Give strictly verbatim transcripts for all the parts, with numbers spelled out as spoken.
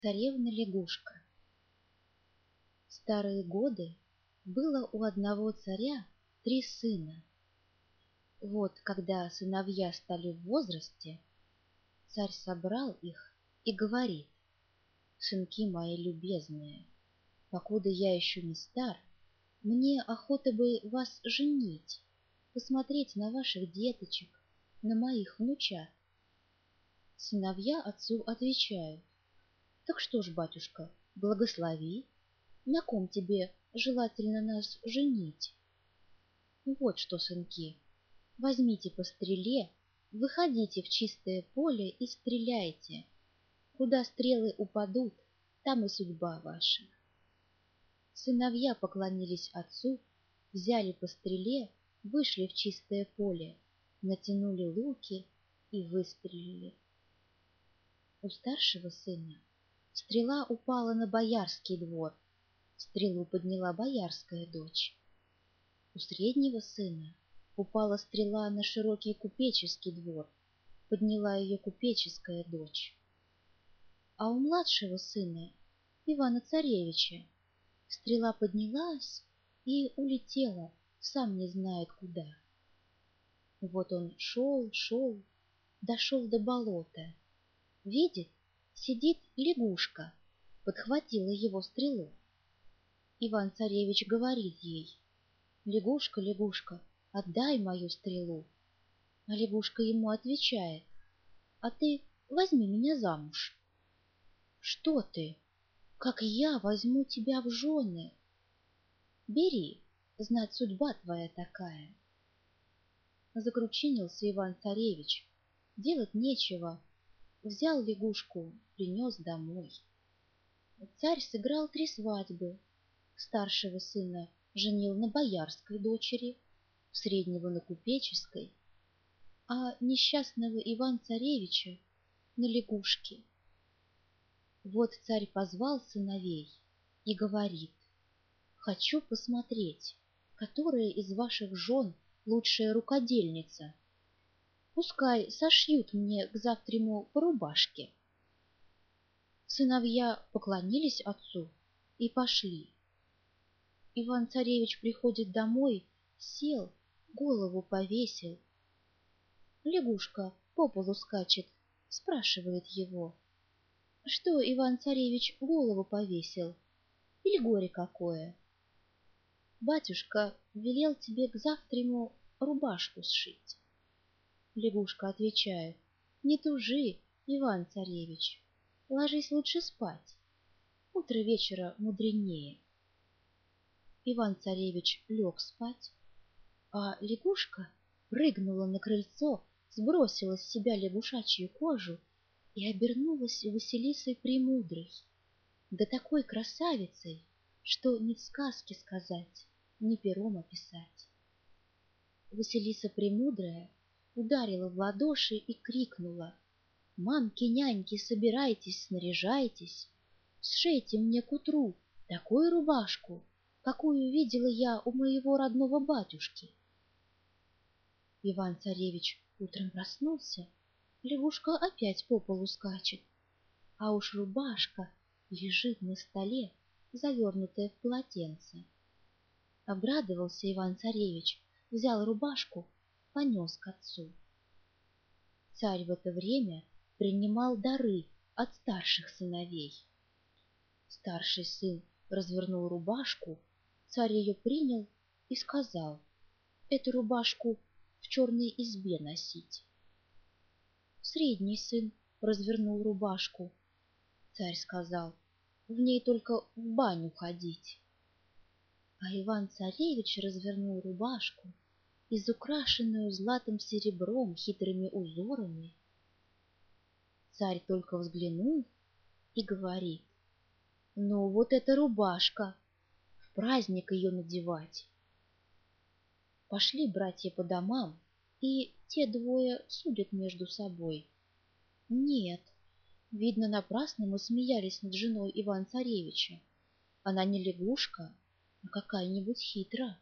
Царевна-лягушка. В старые годы было у одного царя три сына. Вот когда сыновья стали в возрасте, царь собрал их и говорит: «Сынки мои любезные, покуда я еще не стар, мне охота бы вас женить, посмотреть на ваших деточек, на моих внучат». Сыновья отцу отвечают: «Так что ж, батюшка, благослови, на ком тебе желательно нас женить?» «Вот что, сынки, возьмите по стреле, выходите в чистое поле и стреляйте. Куда стрелы упадут, там и судьба ваша». Сыновья поклонились отцу, взяли по стреле, вышли в чистое поле, натянули луки и выстрелили. У старшего сына стрела упала на боярский двор, стрелу подняла боярская дочь. У среднего сына упала стрела на широкий купеческий двор, подняла ее купеческая дочь. А у младшего сына, Ивана-царевича, стрела поднялась и улетела, сам не знает куда. Вот он шел, шел, дошел до болота. Видит, сидит лягушка, подхватила его стрелу. Иван-царевич говорит ей: «Лягушка, лягушка, отдай мою стрелу». А лягушка ему отвечает: «А ты возьми меня замуж». «Что ты? Как я возьму тебя в жены?» «Бери, знать судьба твоя такая». Закручинился Иван-царевич, делать нечего, взял лягушку, принес домой. Царь сыграл три свадьбы. Старшего сына женил на боярской дочери, среднего на купеческой, а несчастного Иван-царевича на лягушке. Вот царь позвал сыновей и говорит: «Хочу посмотреть, которая из ваших жен лучшая рукодельница. Пускай сошьют мне к завтраму по рубашке». Сыновья поклонились отцу и пошли. Иван-царевич приходит домой, сел, голову повесил. Лягушка по полу скачет, спрашивает его: «Что, Иван-царевич, голову повесил? Или горе какое?» «Батюшка велел тебе к завтраму рубашку сшить». Лягушка отвечает: «Не тужи, Иван-царевич, ложись лучше спать, утро вечера мудренее». Иван-царевич лег спать, а лягушка прыгнула на крыльцо, сбросила с себя лягушачью кожу и обернулась Василисой Премудрой, да такой красавицей, что ни в сказке сказать, ни пером описать. Василиса Премудрая ударила в ладоши и крикнула: «Мамки, няньки, собирайтесь, снаряжайтесь, сшейте мне к утру такую рубашку, какую видела я у моего родного батюшки». Иван-царевич утром проснулся, лягушка опять по полу скачет, а уж рубашка лежит на столе, завернутая в полотенце. Обрадовался Иван-царевич, взял рубашку, понес к отцу. Царь в это время принимал дары от старших сыновей. Старший сын развернул рубашку, царь ее принял и сказал: «Эту рубашку в черной избе носить». Средний сын развернул рубашку. Царь сказал: «В ней только в баню ходить». А Иван-царевич развернул рубашку, изукрашенную златым серебром хитрыми узорами. Царь только взглянул и говорит: «Ну вот эта рубашка, в праздник ее надевать». Пошли братья по домам, и те двое судят между собой. Нет, видно, напрасно мы смеялись над женой Иван-царевича. Она не лягушка, а какая-нибудь хитра.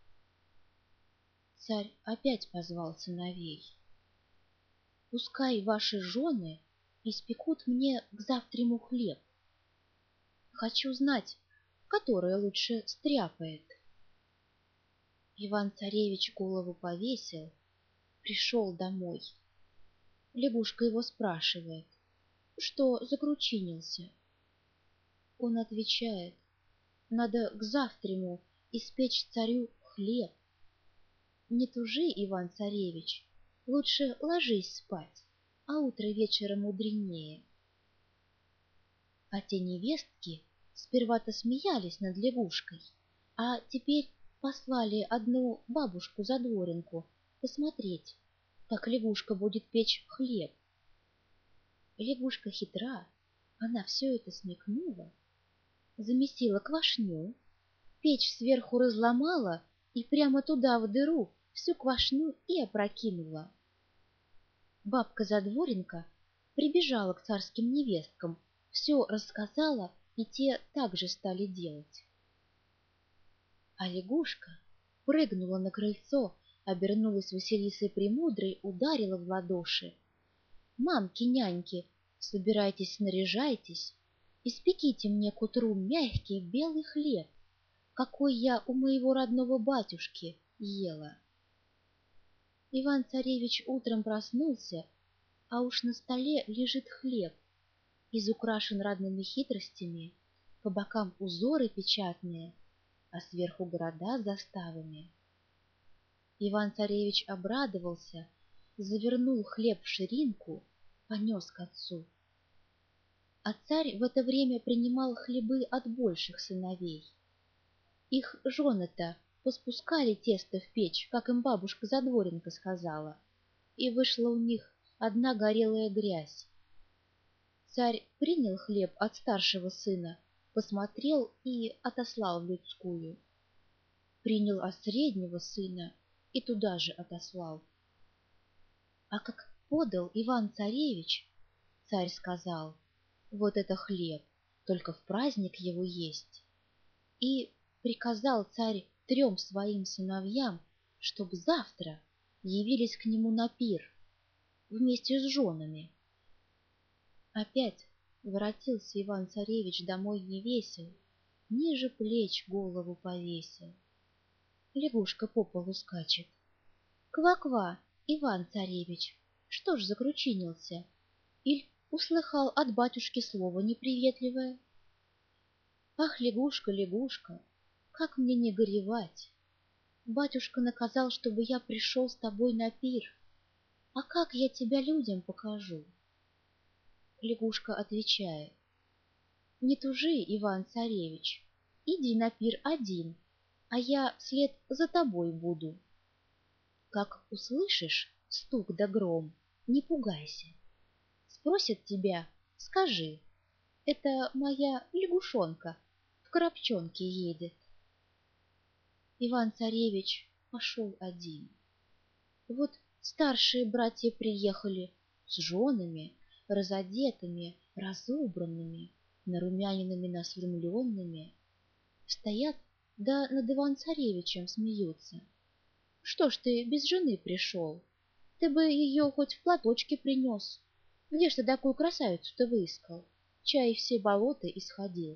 Царь опять позвал сыновей. «Пускай ваши жены испекут мне к завтраму хлеб, Хочу знать, которая лучше стряпает. Иван-царевич голову повесил, пришел домой. Лягушка его спрашивает, что закручинился. Он отвечает, надо к завтраму испечь царю хлеб. Не тужи, Иван-царевич, лучше ложись спать, а утро вечера мудренее. А те невестки сперва-то смеялись над лягушкой, а теперь послали одну бабушку-задворенку посмотреть, как лягушка будет печь хлеб. Лягушка хитра, она все это смекнула, замесила квашню, печь сверху разломала и прямо туда, в дыру, всю квашню и опрокинула. Бабка-задворенка прибежала к царским невесткам, все рассказала, и те также стали делать. А лягушка прыгнула на крыльцо, обернулась Василисой Премудрой, ударила в ладоши. «Мамки, няньки, собирайтесь, снаряжайтесь, испеките мне к утру мягкий белый хлеб, какой я у моего родного батюшки ела». Иван-царевич утром проснулся, а уж на столе лежит хлеб, изукрашен разными хитростями, по бокам узоры печатные, а сверху города с заставами. Иван-царевич обрадовался, завернул хлеб в ширинку, понес к отцу. А царь в это время принимал хлебы от больших сыновей. Их жены-то поспускали тесто в печь, как им бабушка-задворенка сказала, и вышла у них одна горелая грязь. Царь принял хлеб от старшего сына, посмотрел и отослал в людскую. Принял от среднего сына и туда же отослал. А как подал Иван-царевич, царь сказал, вот это хлеб, только в праздник его есть. И приказал царь трем своим сыновьям, чтоб завтра явились к нему на пир вместе с женами. Опять воротился Иван-царевич домой невесел, ниже плеч голову повесил. Лягушка по полу скачет. Ква-ква, Иван-царевич, что ж закручинился? Иль услыхал от батюшки слово неприветливое? Ах, лягушка, лягушка, как мне не горевать? Батюшка наказал, чтобы я пришел с тобой на пир. А как я тебя людям покажу? Лягушка отвечает. Не тужи, Иван-царевич, иди на пир один, а я вслед за тобой буду. Как услышишь стук да гром, не пугайся. Спросят тебя, скажи, это моя лягушонка в коробчонке едет. Иван-царевич пошел один. Вот старшие братья приехали с женами, разодетыми, разубранными, нарумяненными, насурмленными. Стоят, да над Иван-царевичем смеются. Что ж ты без жены пришел? Ты бы ее хоть в платочке принес. Где ж ты такую красавицу-то выискал? Чай все болота исходил.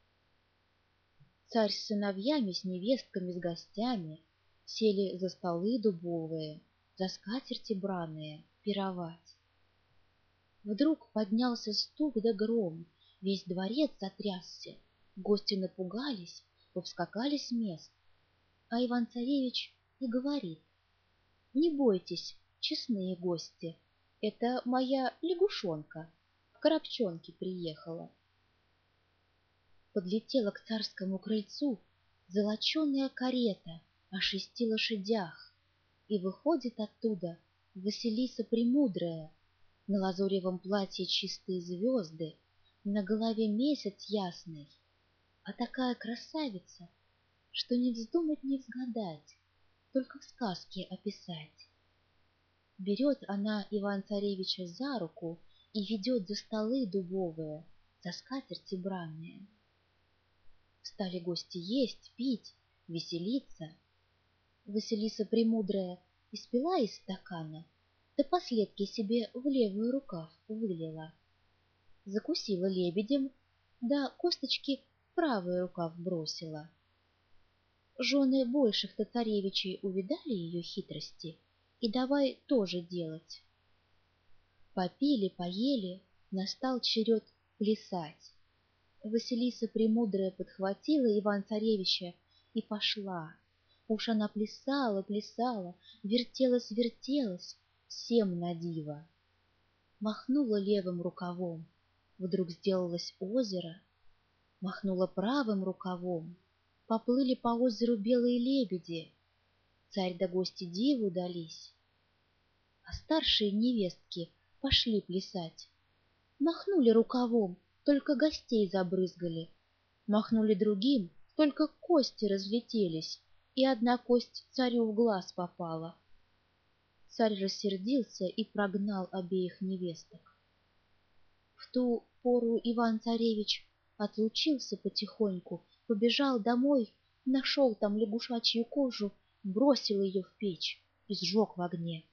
Царь с сыновьями, с невестками, с гостями сели за столы дубовые, за скатерти браные, пировать. Вдруг поднялся стук да гром, весь дворец затрясся, гости напугались, повскакали с мест. А Иван-царевич и говорит, не бойтесь, честные гости, это моя лягушонка в коробчонке приехала. Подлетела к царскому крыльцу золоченая карета о шести лошадях, и выходит оттуда Василиса Премудрая, на лазуревом платье чистые звезды, на голове месяц ясный, а такая красавица, что не вздумать не взгадать, только в сказке описать. Берет она Иван-царевича за руку и ведет за столы дубовые, за скатерти браные. Стали гости есть, пить, веселиться. Василиса Премудрая испила из стакана, да последки себе в левую рукав вылила. Закусила лебедем, да косточки в правый рукав бросила. Жены больших-то царевичей увидали ее хитрости и давай тоже делать. Попили, поели, настал черед плясать. Василиса Премудрая подхватила Иван-Царевича и пошла. Уж она плясала, плясала, вертелась, вертелась, всем на диво. Махнула левым рукавом, вдруг сделалось озеро, махнула правым рукавом, поплыли по озеру белые лебеди. Царь да гости диву дались. А старшие невестки пошли плясать. Махнули рукавом, только гостей забрызгали. Махнули другим, только кости разлетелись, и одна кость царю в глаз попала. Царь рассердился и прогнал обеих невесток. В ту пору Иван-царевич отлучился потихоньку, побежал домой, нашел там лягушачью кожу, бросил ее в печь и сжег в огне.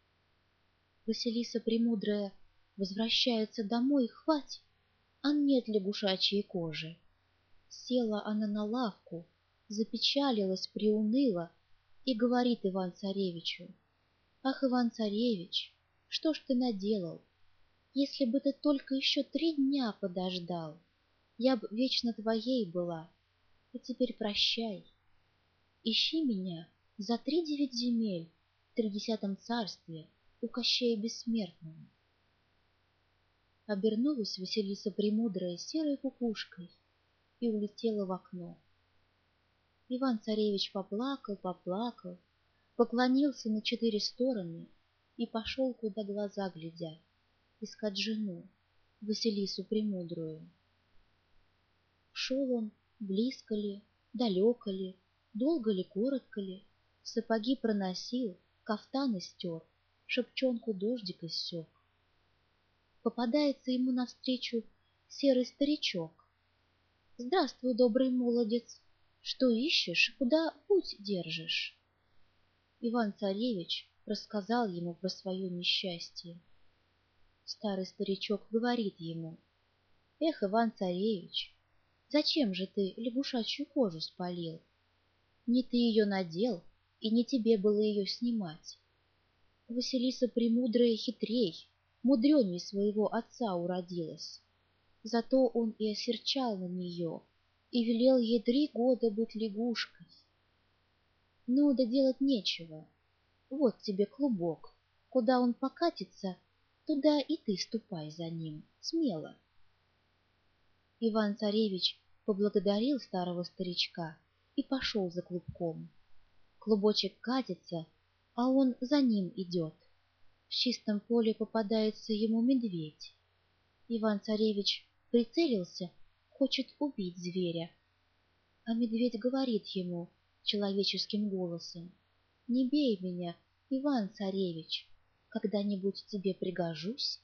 Василиса Премудрая возвращается домой, хвать, а нет лягушачьей кожи. Села она на лавку, запечалилась, приуныла и говорит Иван-царевичу: «Ах, Иван-царевич, что ж ты наделал? Если бы ты только еще три дня подождал, я б вечно твоей была, а теперь прощай. Ищи меня за три девять земель в тридесятом царстве у Кощея Бессмертного». Обернулась Василиса Премудрая серой кукушкой и улетела в окно. Иван-царевич поплакал, поплакал, поклонился на четыре стороны и пошел, куда глаза глядят, искать жену, Василису Премудрую. Шел он, близко ли, далеко ли, долго ли, коротко ли, сапоги проносил, кафтаны стер, шапчонку дождик иссек. Попадается ему навстречу серый старичок. «Здравствуй, добрый молодец! Что ищешь, куда путь держишь?» Иван-царевич рассказал ему про свое несчастье. Старый старичок говорит ему: «Эх, Иван-царевич, зачем же ты лягушачью кожу спалил? Не ты ее надел, и не тебе было ее снимать. Василиса Премудрая хитрей, мудреней своего отца уродилась. Зато он и осерчал на нее и велел ей три года быть лягушкой. Ну, да делать нечего. Вот тебе клубок. Куда он покатится, туда и ты ступай за ним, смело». Иван-царевич поблагодарил старого старичка и пошел за клубком. Клубочек катится, а он за ним идет. В чистом поле попадается ему медведь. Иван-царевич прицелился, хочет убить зверя, а медведь говорит ему человеческим голосом: «Не бей меня, Иван-царевич, когда-нибудь тебе пригожусь».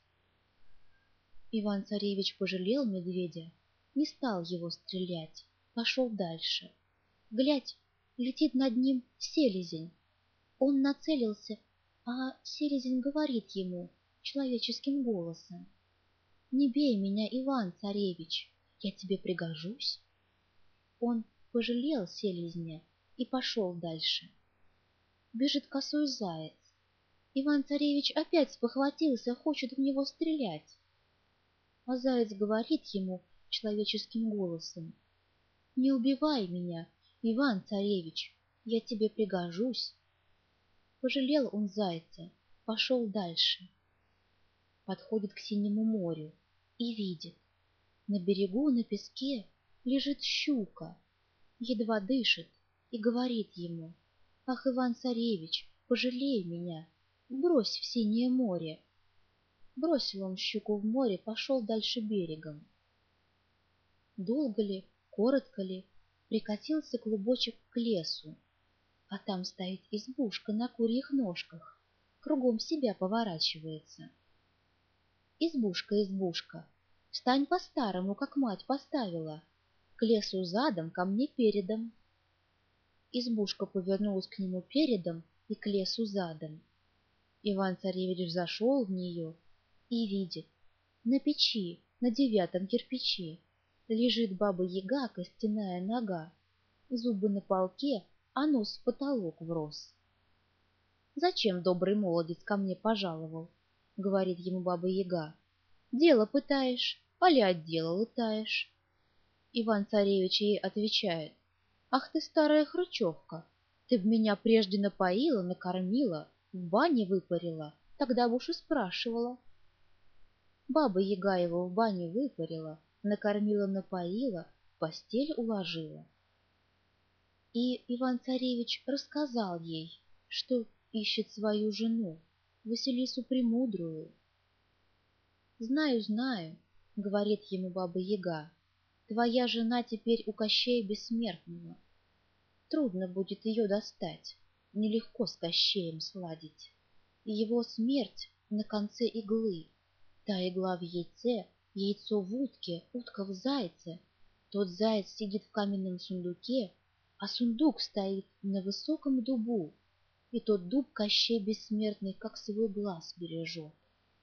Иван-царевич пожалел медведя, не стал его стрелять, пошел дальше. Глядь, летит над ним селезень. Он нацелился, а селезень говорит ему человеческим голосом: «Не бей меня, Иван-царевич, я тебе пригожусь». Он пожалел селезня и пошел дальше. Бежит косой заяц. Иван-царевич опять спохватился, хочет в него стрелять. А заяц говорит ему человеческим голосом: «Не убивай меня, Иван-царевич, я тебе пригожусь». Пожалел он зайца, пошел дальше. Подходит к синему морю и видит: на берегу на песке лежит щука, едва дышит, и говорит ему: «Ах, Иван-царевич, пожалей меня, брось в синее море». Бросил он щуку в море, пошел дальше берегом. Долго ли, коротко ли, прикатился клубочек к лесу, а там стоит избушка на курьих ножках, кругом себя поворачивается. «Избушка, избушка, встань по-старому, как мать поставила, к лесу задом, ко мне передом». Избушка повернулась к нему передом и к лесу задом. Иван-царевич зашел в нее и видит: на печи, на девятом кирпиче, Лежит баба-яга, костяная нога, зубы на полке, а нос в потолок врос. «Зачем добрый молодец ко мне пожаловал?» — говорит ему баба-яга. «Дело пытаешь, али от дела лытаешь?» Иван-царевич ей отвечает: «Ах ты, старая хрычевка, ты б меня прежде напоила, накормила, в бане выпарила, тогда б уж и спрашивала». Баба-яга его в бане выпарила, накормила, напоила, в постель уложила. И Иван-царевич рассказал ей, что ищет свою жену, Василису Премудрую. «Знаю, знаю, — говорит ему баба-яга, — твоя жена теперь у Кощея Бессмертного. Трудно будет ее достать, нелегко с Кощеем сладить. И его смерть на конце иглы, та игла в яйце, яйцо в утке, утка в зайце, тот заяц сидит в каменном сундуке, а сундук стоит на высоком дубу, и тот дуб Кощей Бессмертный как свой глаз бережет».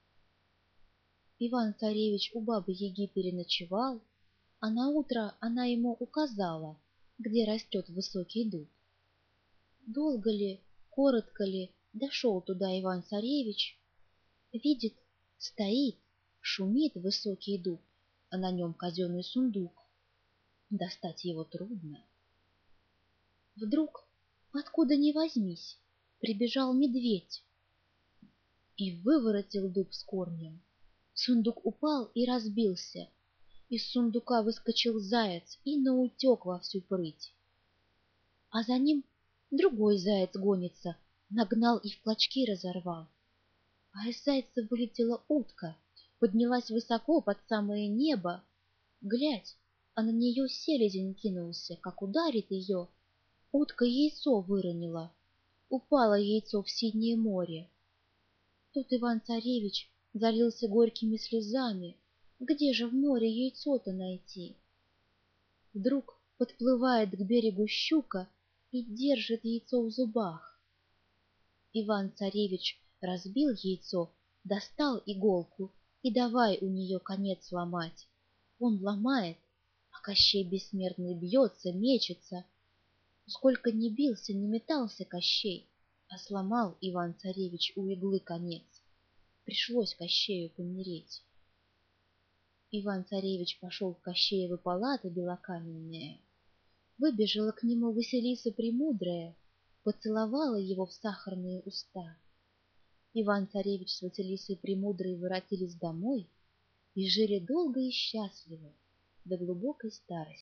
Иван-царевич у бабы-яги переночевал, а наутро она ему указала, где растет высокий дуб. Долго ли, коротко ли дошел туда Иван-царевич, видит, стоит, шумит высокий дуб, а на нем казенный сундук. Достать его трудно. Вдруг, откуда ни возьмись, прибежал медведь и выворотил дуб с корнем. Сундук упал и разбился. Из сундука выскочил заяц и наутек во всю прыть. А за ним другой заяц гонится, нагнал и в клочки разорвал. А из зайца вылетела утка, поднялась высоко под самое небо. Глядь, а на нее селезень кинулся, как ударит ее. Утка яйцо выронила, упало яйцо в синее море. Тут Иван-царевич залился горькими слезами. Где же в море яйцо-то найти? Вдруг подплывает к берегу щука и держит яйцо в зубах. Иван-царевич разбил яйцо, достал иголку и давай у нее конец ломать. Он ломает, а Кощей Бессмертный бьется, мечется. Сколько ни бился, не метался Кощей, а сломал Иван-царевич у иглы конец. Пришлось Кощею помереть. Иван-царевич пошел в Кощеевы палаты белокаменные. Выбежала к нему Василиса Премудрая, поцеловала его в сахарные уста. Иван-царевич с Василисой Премудрой воротились домой и жили долго и счастливо до глубокой старости.